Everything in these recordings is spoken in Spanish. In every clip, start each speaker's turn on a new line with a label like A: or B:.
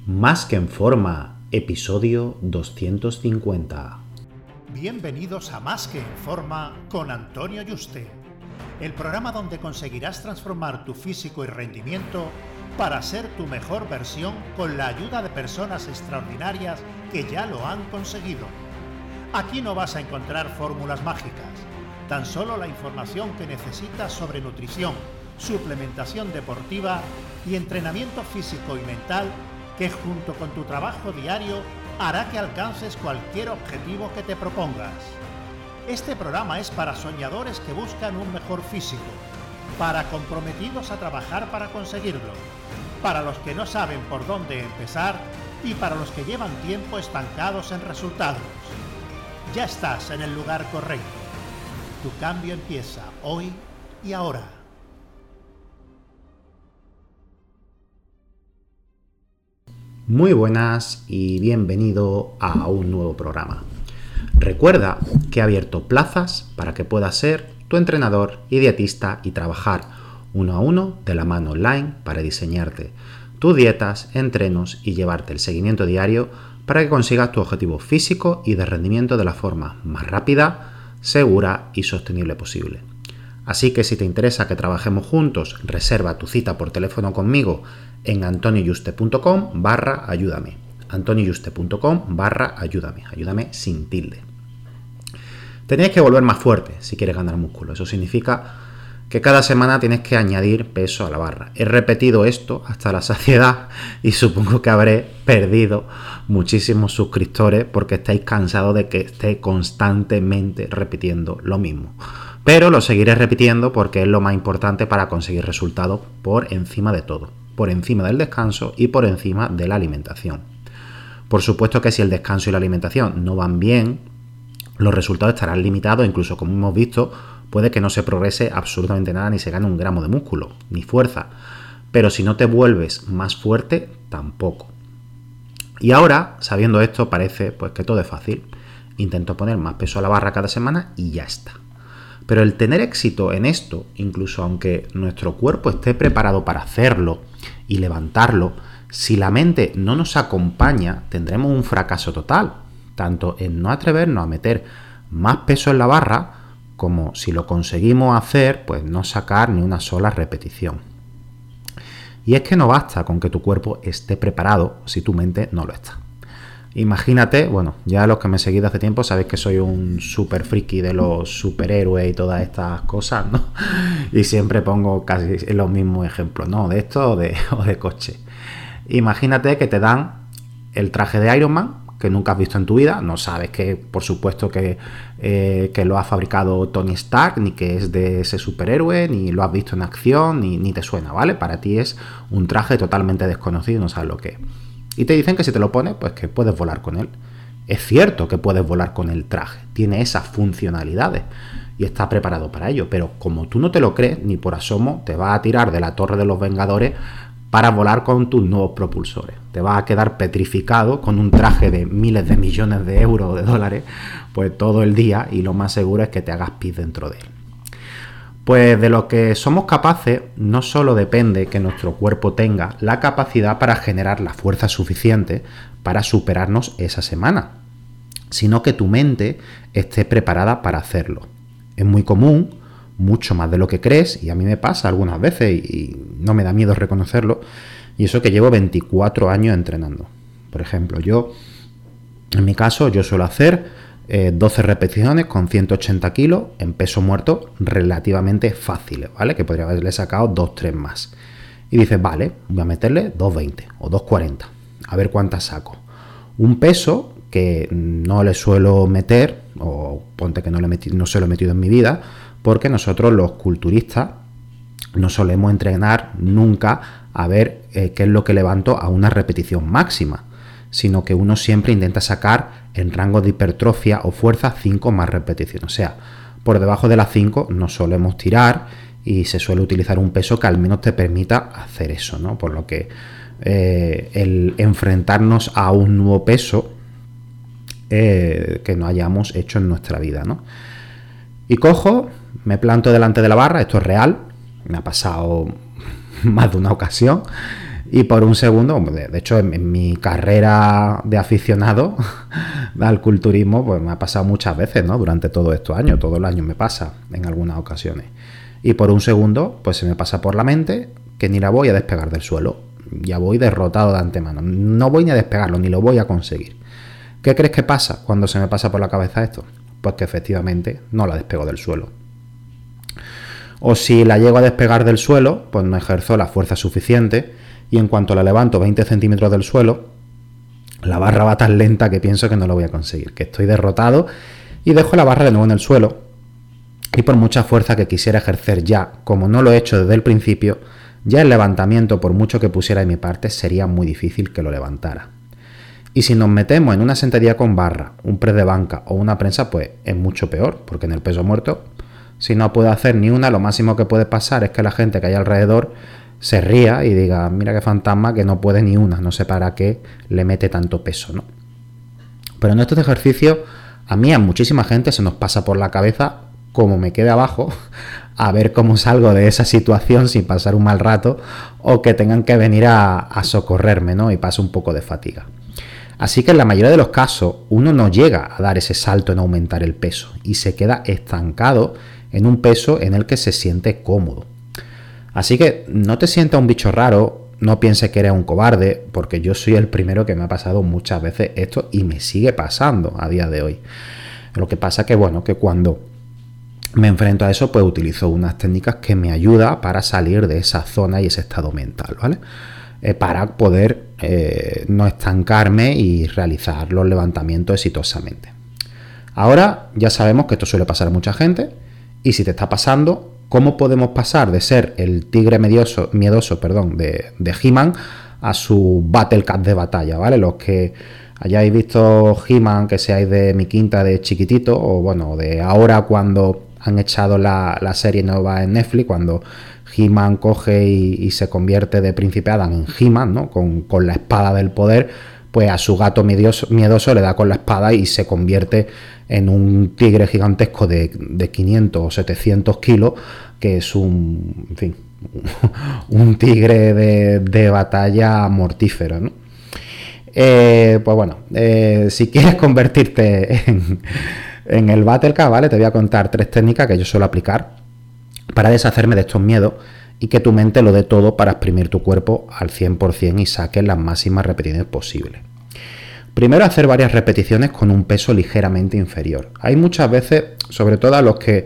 A: Más que en forma, episodio 250.
B: Bienvenidos a Más que en forma con Antonio Yuste, el programa donde conseguirás transformar tu físico y rendimiento para ser tu mejor versión con la ayuda de personas extraordinarias que ya lo han conseguido. Aquí no vas a encontrar fórmulas mágicas, tan solo la información que necesitas sobre nutrición, suplementación deportiva y entrenamiento físico y mental que junto con tu trabajo diario hará que alcances cualquier objetivo que te propongas. Este programa es para soñadores que buscan un mejor físico, para comprometidos a trabajar para conseguirlo, para los que no saben por dónde empezar y para los que llevan tiempo estancados en resultados. Ya estás en el lugar correcto. Tu cambio empieza hoy y ahora.
A: Muy buenas y bienvenido a un nuevo programa. Recuerda que he abierto plazas para que puedas ser tu entrenador y dietista y trabajar uno a uno de la mano online para diseñarte tus dietas, entrenos y llevarte el seguimiento diario para que consigas tu objetivo físico y de rendimiento de la forma más rápida, segura y sostenible posible. Así que si te interesa que trabajemos juntos, reserva tu cita por teléfono conmigo en antonioyuste.com/ayúdame. antonioyuste.com/ayúdame. Ayúdame sin tilde. Tenéis que volver más fuerte si quieres ganar músculo. Eso significa que cada semana tienes que añadir peso a la barra. He repetido esto hasta la saciedad y supongo que habré perdido muchísimos suscriptores porque estáis cansados de que esté constantemente repitiendo lo mismo. Pero lo seguiré repitiendo porque es lo más importante para conseguir resultados por encima de todo, por encima del descanso y por encima de la alimentación. Por supuesto que si el descanso y la alimentación no van bien, los resultados estarán limitados, incluso como hemos visto, puede que no se progrese absolutamente nada ni se gane un gramo de músculo, ni fuerza. Pero si no te vuelves más fuerte, tampoco. Y ahora, sabiendo esto, parece pues que todo es fácil. Intento poner más peso a la barra cada semana y ya está. Pero el tener éxito en esto, incluso aunque nuestro cuerpo esté preparado para hacerlo y levantarlo, si la mente no nos acompaña, tendremos un fracaso total, tanto en no atrevernos a meter más peso en la barra, como si lo conseguimos hacer, pues no sacar ni una sola repetición. Y es que no basta con que tu cuerpo esté preparado si tu mente no lo está. Imagínate, bueno, ya los que me seguís de hace tiempo sabéis que soy un super friki de los superhéroes y todas estas cosas, ¿no? Y siempre pongo casi los mismos ejemplos, ¿no? De esto o de coche. Imagínate que te dan el traje de Iron Man, que nunca has visto en tu vida, no sabes que, por supuesto, que lo ha fabricado Tony Stark, ni que es de ese superhéroe, ni lo has visto en acción, ni te suena, ¿vale? Para ti es un traje totalmente desconocido, no sabes lo que es. Y te dicen que si te lo pones, pues que puedes volar con él. Es cierto que puedes volar con el traje, tiene esas funcionalidades y está preparado para ello, pero como tú no te lo crees, ni por asomo te vas a tirar de la Torre de los Vengadores para volar con tus nuevos propulsores. Te vas a quedar petrificado con un traje de miles de millones de euros o de dólares, pues todo el día, y lo más seguro es que te hagas pis dentro de él. Pues de lo que somos capaces no solo depende que nuestro cuerpo tenga la capacidad para generar la fuerza suficiente para superarnos esa semana, sino que tu mente esté preparada para hacerlo. Es muy común, mucho más de lo que crees, y a mí me pasa algunas veces y no me da miedo reconocerlo, y eso que llevo 24 años entrenando. Por ejemplo, en mi caso, yo suelo hacer 12 repeticiones con 180 kilos en peso muerto relativamente fáciles, ¿vale? Que podría haberle sacado 2-3 más. Y dices, vale, voy a meterle 220 o 240, a ver cuántas saco. Un peso que no le suelo meter, o ponte que no se lo he metido en mi vida, porque nosotros los culturistas no solemos entrenar nunca a ver qué es lo que levanto a una repetición máxima, sino que uno siempre intenta sacar en rango de hipertrofia o fuerza 5 más repeticiones. O sea, por debajo de las 5 no solemos tirar y se suele utilizar un peso que al menos te permita hacer eso, ¿no? Por lo que el enfrentarnos a un nuevo peso que no hayamos hecho en nuestra vida, ¿no? Y cojo, me planto delante de la barra, esto es real, me ha pasado más de una ocasión, Y por un segundo, de hecho en mi carrera de aficionado al culturismo, pues me ha pasado muchas veces, ¿no? Durante todos estos años, todos los años me pasa en algunas ocasiones. Y por un segundo, pues se me pasa por la mente que ni la voy a despegar del suelo. Ya voy derrotado de antemano. No voy ni a despegarlo, ni lo voy a conseguir. ¿Qué crees que pasa cuando se me pasa por la cabeza esto? Pues que efectivamente no la despego del suelo. O si la llego a despegar del suelo, pues no ejerzo la fuerza suficiente y en cuanto la levanto 20 centímetros del suelo, la barra va tan lenta que pienso que no lo voy a conseguir, que estoy derrotado y dejo la barra de nuevo en el suelo y por mucha fuerza que quisiera ejercer ya, como no lo he hecho desde el principio, ya el levantamiento, por mucho que pusiera de mi parte, sería muy difícil que lo levantara. Y si nos metemos en una sentadilla con barra, un press de banca o una prensa, pues es mucho peor, porque en el peso muerto, si no puedo hacer ni una, lo máximo que puede pasar es que la gente que hay alrededor se ría y diga, mira qué fantasma que no puede ni una, no sé para qué le mete tanto peso, ¿no? Pero en estos ejercicios, a mí a muchísima gente se nos pasa por la cabeza como me quede abajo, a ver cómo salgo de esa situación sin pasar un mal rato o que tengan que venir a socorrerme, ¿no? Y paso un poco de fatiga. Así que en la mayoría de los casos uno no llega a dar ese salto en aumentar el peso y se queda estancado en un peso en el que se siente cómodo. Así que no te sientas un bicho raro, no pienses que eres un cobarde, porque yo soy el primero que me ha pasado muchas veces esto y me sigue pasando a día de hoy. Lo que pasa que bueno, que cuando me enfrento a eso, pues utilizo unas técnicas que me ayudan para salir de esa zona y ese estado mental, ¿vale? Para poder no estancarme y realizar los levantamientos exitosamente. Ahora ya sabemos que esto suele pasar a mucha gente y si te está pasando, ¿cómo podemos pasar de ser el tigre miedoso de He-Man a su Battle Cat de batalla, ¿vale? Los que hayáis visto He-Man, que seáis de mi quinta de chiquitito o bueno, de ahora cuando han echado la serie nueva en Netflix, cuando He-Man coge y se convierte de Príncipe Adam en He-Man, ¿no? Con la espada del poder, pues a su gato miedoso le da con la espada y se convierte en un tigre gigantesco de 500 o 700 kilos, que es un tigre de batalla mortífero, ¿no? Pues bueno, si quieres convertirte en el Battle Cat, ¿vale? Te voy a contar 3 técnicas que yo suelo aplicar para deshacerme de estos miedos y que tu mente lo dé todo para exprimir tu cuerpo al 100% y saques las máximas repeticiones posibles. Primero, hacer varias repeticiones con un peso ligeramente inferior. Hay muchas veces, sobre todo a los que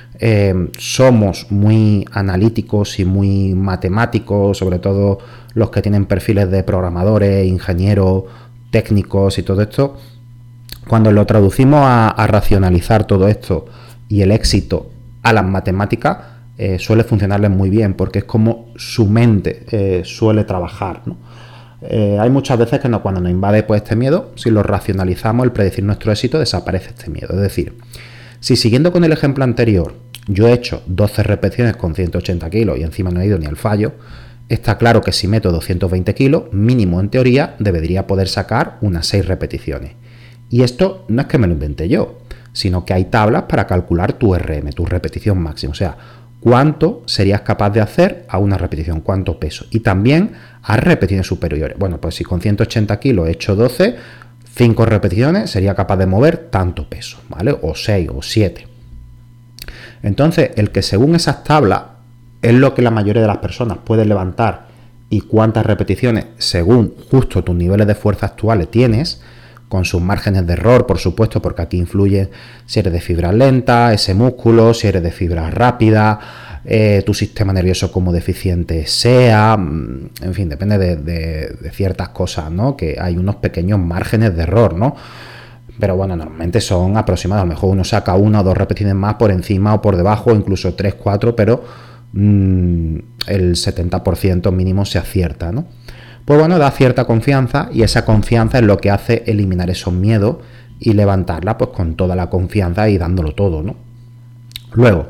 A: somos muy analíticos y muy matemáticos, sobre todo los que tienen perfiles de programadores, ingenieros, técnicos y todo esto, cuando lo traducimos a racionalizar todo esto y el éxito a las matemáticas, suele funcionarles muy bien porque es como su mente suele trabajar, ¿no? Hay muchas veces que cuando nos invade pues, este miedo, si lo racionalizamos, el predecir nuestro éxito, desaparece este miedo. Es decir, si siguiendo con el ejemplo anterior, yo he hecho 12 repeticiones con 180 kilos y encima no he ido ni al fallo, está claro que si meto 220 kilos, mínimo en teoría, debería poder sacar unas 6 repeticiones. Y esto no es que me lo inventé yo, sino que hay tablas para calcular tu RM, tu repetición máxima. O sea, cuánto serías capaz de hacer a una repetición, cuánto peso. Y también a repeticiones superiores. Bueno, pues si con 180 kilos he hecho 12, 5 repeticiones sería capaz de mover tanto peso, ¿vale? O 6 o 7. Entonces, el que según esas tablas es lo que la mayoría de las personas pueden levantar y cuántas repeticiones según justo tus niveles de fuerza actuales tienes, con sus márgenes de error, por supuesto, porque aquí influye si eres de fibras lentas, ese músculo, si eres de fibras rápidas, tu sistema nervioso como deficiente sea, en fin, depende de ciertas cosas, ¿no? Que hay unos pequeños márgenes de error, ¿no? Pero bueno, normalmente son aproximados, a lo mejor uno saca 1 o 2 repeticiones más por encima o por debajo, incluso 3, 4, pero el 70% mínimo se acierta, ¿no? Pues bueno, da cierta confianza y esa confianza es lo que hace eliminar esos miedos y levantarla pues con toda la confianza y dándolo todo, ¿no? Luego,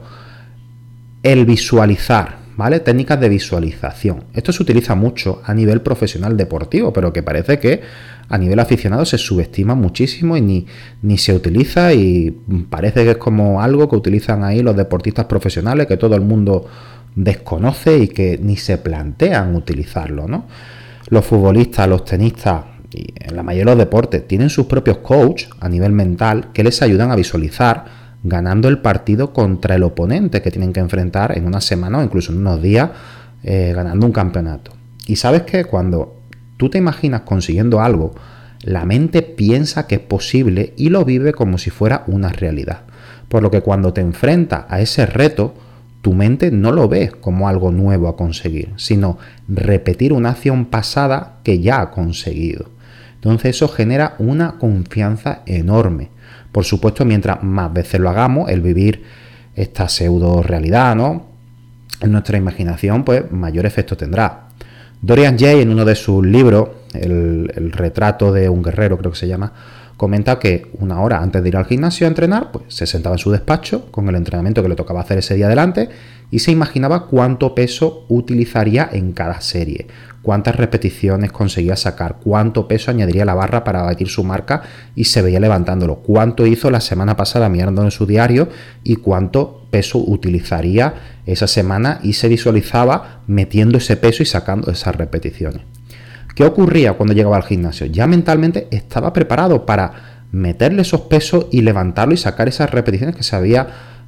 A: el visualizar, ¿vale? Técnicas de visualización. Esto se utiliza mucho a nivel profesional deportivo, pero que parece que a nivel aficionado se subestima muchísimo y ni se utiliza y parece que es como algo que utilizan ahí los deportistas profesionales que todo el mundo desconoce y que ni se plantean utilizarlo, ¿no? Los futbolistas, los tenistas y en la mayoría de los deportes tienen sus propios coaches a nivel mental que les ayudan a visualizar ganando el partido contra el oponente que tienen que enfrentar en una semana o incluso en unos días, ganando un campeonato. Y sabes que cuando tú te imaginas consiguiendo algo, la mente piensa que es posible y lo vive como si fuera una realidad. Por lo que cuando te enfrentas a ese reto, tu mente no lo ve como algo nuevo a conseguir, sino repetir una acción pasada que ya ha conseguido. Entonces eso genera una confianza enorme. Por supuesto, mientras más veces lo hagamos, el vivir esta pseudo realidad, ¿no?, en nuestra imaginación, pues mayor efecto tendrá. Dorian Jay, en uno de sus libros, el retrato de un guerrero, creo que se llama, comenta que una hora antes de ir al gimnasio a entrenar, pues se sentaba en su despacho con el entrenamiento que le tocaba hacer ese día adelante y se imaginaba cuánto peso utilizaría en cada serie, cuántas repeticiones conseguía sacar, cuánto peso añadiría a la barra para batir su marca y se veía levantándolo, cuánto hizo la semana pasada mirando en su diario y cuánto peso utilizaría esa semana y se visualizaba metiendo ese peso y sacando esas repeticiones. ¿Qué ocurría cuando llegaba al gimnasio? Ya mentalmente estaba preparado para meterle esos pesos y levantarlo y sacar esas repeticiones que se había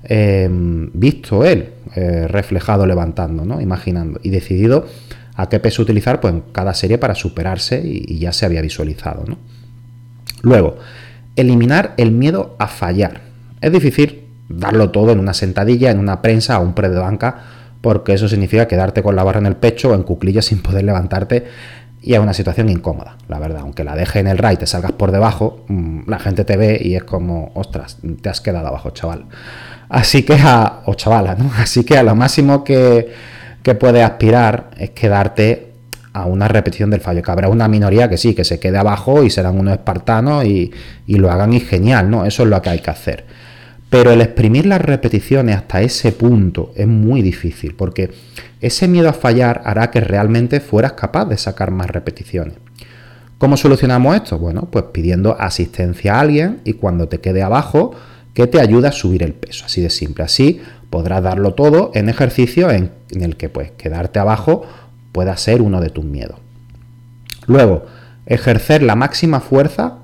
A: visto él reflejado levantando, ¿no?, imaginando, y decidido a qué peso utilizar pues en cada serie para superarse y ya se había visualizado, ¿no? Luego, eliminar el miedo a fallar. Es difícil darlo todo en una sentadilla, en una prensa o un press de banca, porque eso significa quedarte con la barra en el pecho o en cuclillas sin poder levantarte. Y es una situación incómoda, la verdad. Aunque la dejes en el RAI y te salgas por debajo, la gente te ve y es como, ostras, te has quedado abajo, chaval. Así que o chavala, ¿no? Así que a lo máximo que puedes aspirar es quedarte a una repetición del fallo. Que habrá una minoría que sí, que se quede abajo y serán unos espartanos y lo hagan y genial, ¿no? Eso es lo que hay que hacer. Pero el exprimir las repeticiones hasta ese punto es muy difícil, porque ese miedo a fallar hará que realmente fueras capaz de sacar más repeticiones. ¿Cómo solucionamos esto? Bueno, pues pidiendo asistencia a alguien y cuando te quede abajo, que te ayude a subir el peso. Así de simple. Así podrás darlo todo en ejercicio en el que pues quedarte abajo pueda ser uno de tus miedos. Luego, ejercer la máxima fuerza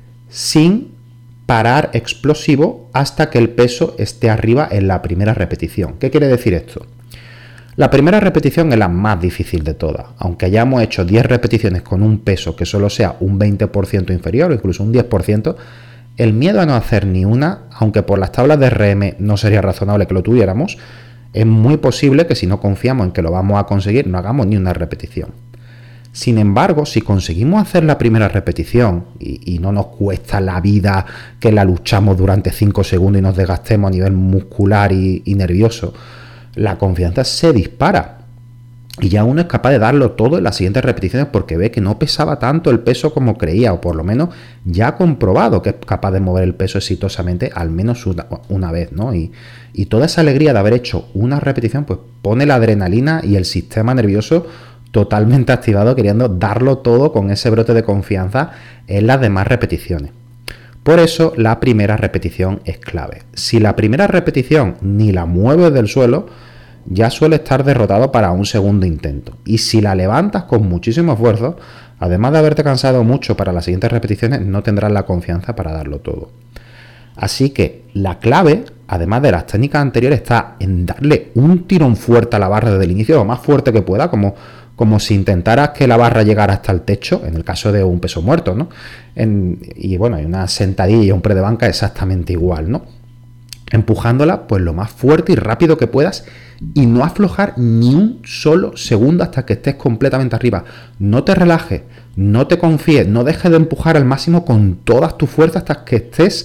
A: sin parar explosivo hasta que el peso esté arriba en la primera repetición. ¿Qué quiere decir esto? La primera repetición es la más difícil de todas. Aunque hayamos hecho 10 repeticiones con un peso que solo sea un 20% inferior o incluso un 10%, el miedo a no hacer ni una, aunque por las tablas de RM no sería razonable que lo tuviéramos, es muy posible que si no confiamos en que lo vamos a conseguir, no hagamos ni una repetición. Sin embargo, si conseguimos hacer la primera repetición y no nos cuesta la vida que la luchamos durante 5 segundos y nos desgastemos a nivel muscular y nervioso, la confianza se dispara y ya uno es capaz de darlo todo en las siguientes repeticiones porque ve que no pesaba tanto el peso como creía, o por lo menos ya ha comprobado que es capaz de mover el peso exitosamente al menos una vez, ¿no? Y toda esa alegría de haber hecho una repetición pues pone la adrenalina y el sistema nervioso totalmente activado, queriendo darlo todo con ese brote de confianza en las demás repeticiones. Por eso la primera repetición es clave. Si la primera repetición ni la mueves del suelo, ya suele estar derrotado para un segundo intento. Y si la levantas con muchísimo esfuerzo, además de haberte cansado mucho para las siguientes repeticiones, no tendrás la confianza para darlo todo. Así que la clave, además de las técnicas anteriores, está en darle un tirón fuerte a la barra desde el inicio, lo más fuerte que pueda, como si intentaras que la barra llegara hasta el techo, en el caso de un peso muerto, ¿no? Y bueno, hay una sentadilla y un press de banca exactamente igual, ¿no? Empujándola pues lo más fuerte y rápido que puedas y no aflojar ni un solo segundo hasta que estés completamente arriba. No te relajes, no te confíes, no dejes de empujar al máximo con todas tus fuerzas hasta que estés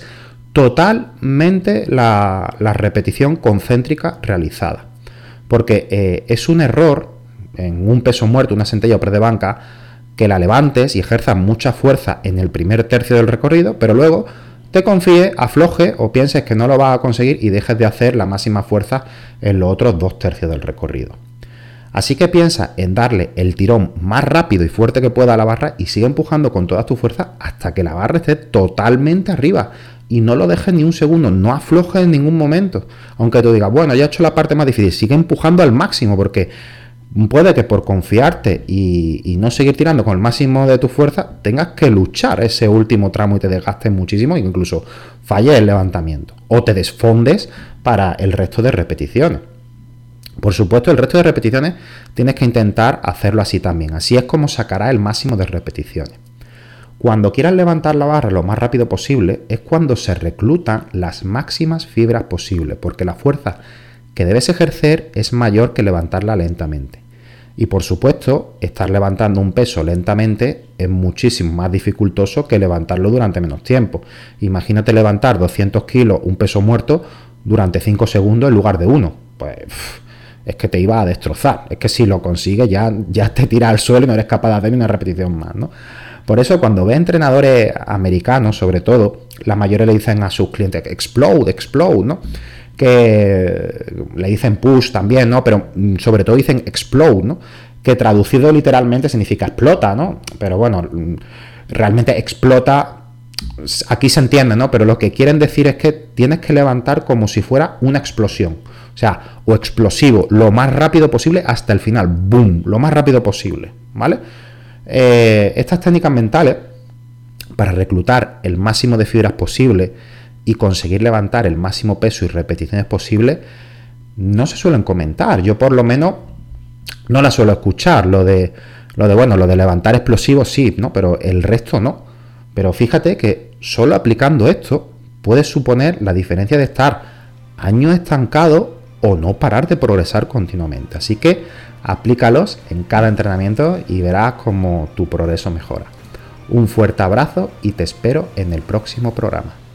A: totalmente la repetición concéntrica realizada. Porque es un error en un peso muerto, una sentadilla o press de banca, que la levantes y ejerzas mucha fuerza en el primer tercio del recorrido, pero luego te confíes, afloje o pienses que no lo vas a conseguir y dejes de hacer la máxima fuerza en los otros 2 tercios del recorrido. Así que piensa en darle el tirón más rápido y fuerte que pueda a la barra y sigue empujando con toda tu fuerza hasta que la barra esté totalmente arriba. Y no lo dejes ni un segundo, no aflojes en ningún momento. Aunque tú digas, bueno, ya he hecho la parte más difícil, sigue empujando al máximo porque puede que por confiarte y no seguir tirando con el máximo de tu fuerza, tengas que luchar ese último tramo y te desgastes muchísimo, e incluso falles el levantamiento o te desfondes para el resto de repeticiones. Por supuesto, el resto de repeticiones tienes que intentar hacerlo así también. Así es como sacarás el máximo de repeticiones. Cuando quieras levantar la barra lo más rápido posible es cuando se reclutan las máximas fibras posibles, porque la fuerza que debes ejercer es mayor que levantarla lentamente. Y por supuesto, estar levantando un peso lentamente es muchísimo más dificultoso que levantarlo durante menos tiempo. Imagínate levantar 200 kilos, un peso muerto, durante 5 segundos en lugar de 1. Pues es que te iba a destrozar. Es que si lo consigues ya te tiras al suelo y no eres capaz de hacer ni una repetición más, ¿no? Por eso cuando ves entrenadores americanos, sobre todo, la mayoría le dicen a sus clientes explode, ¿no? Que le dicen push también, ¿no? Pero sobre todo dicen explode, ¿no? Que traducido literalmente significa explota, ¿no? Pero bueno, realmente explota, aquí se entiende, ¿no? Pero lo que quieren decir es que tienes que levantar como si fuera una explosión. O sea, o explosivo, lo más rápido posible hasta el final. ¡Boom! Lo más rápido posible, ¿vale? Estas técnicas mentales, para reclutar el máximo de fibras posible y conseguir levantar el máximo peso y repeticiones posibles, no se suelen comentar. Yo por lo menos no las suelo escuchar. Lo de levantar explosivos sí, ¿no? Pero el resto no. Pero fíjate que solo aplicando esto puedes suponer la diferencia de estar años estancado o no parar de progresar continuamente. Así que aplícalos en cada entrenamiento y verás cómo tu progreso mejora. Un fuerte abrazo y te espero en el próximo programa.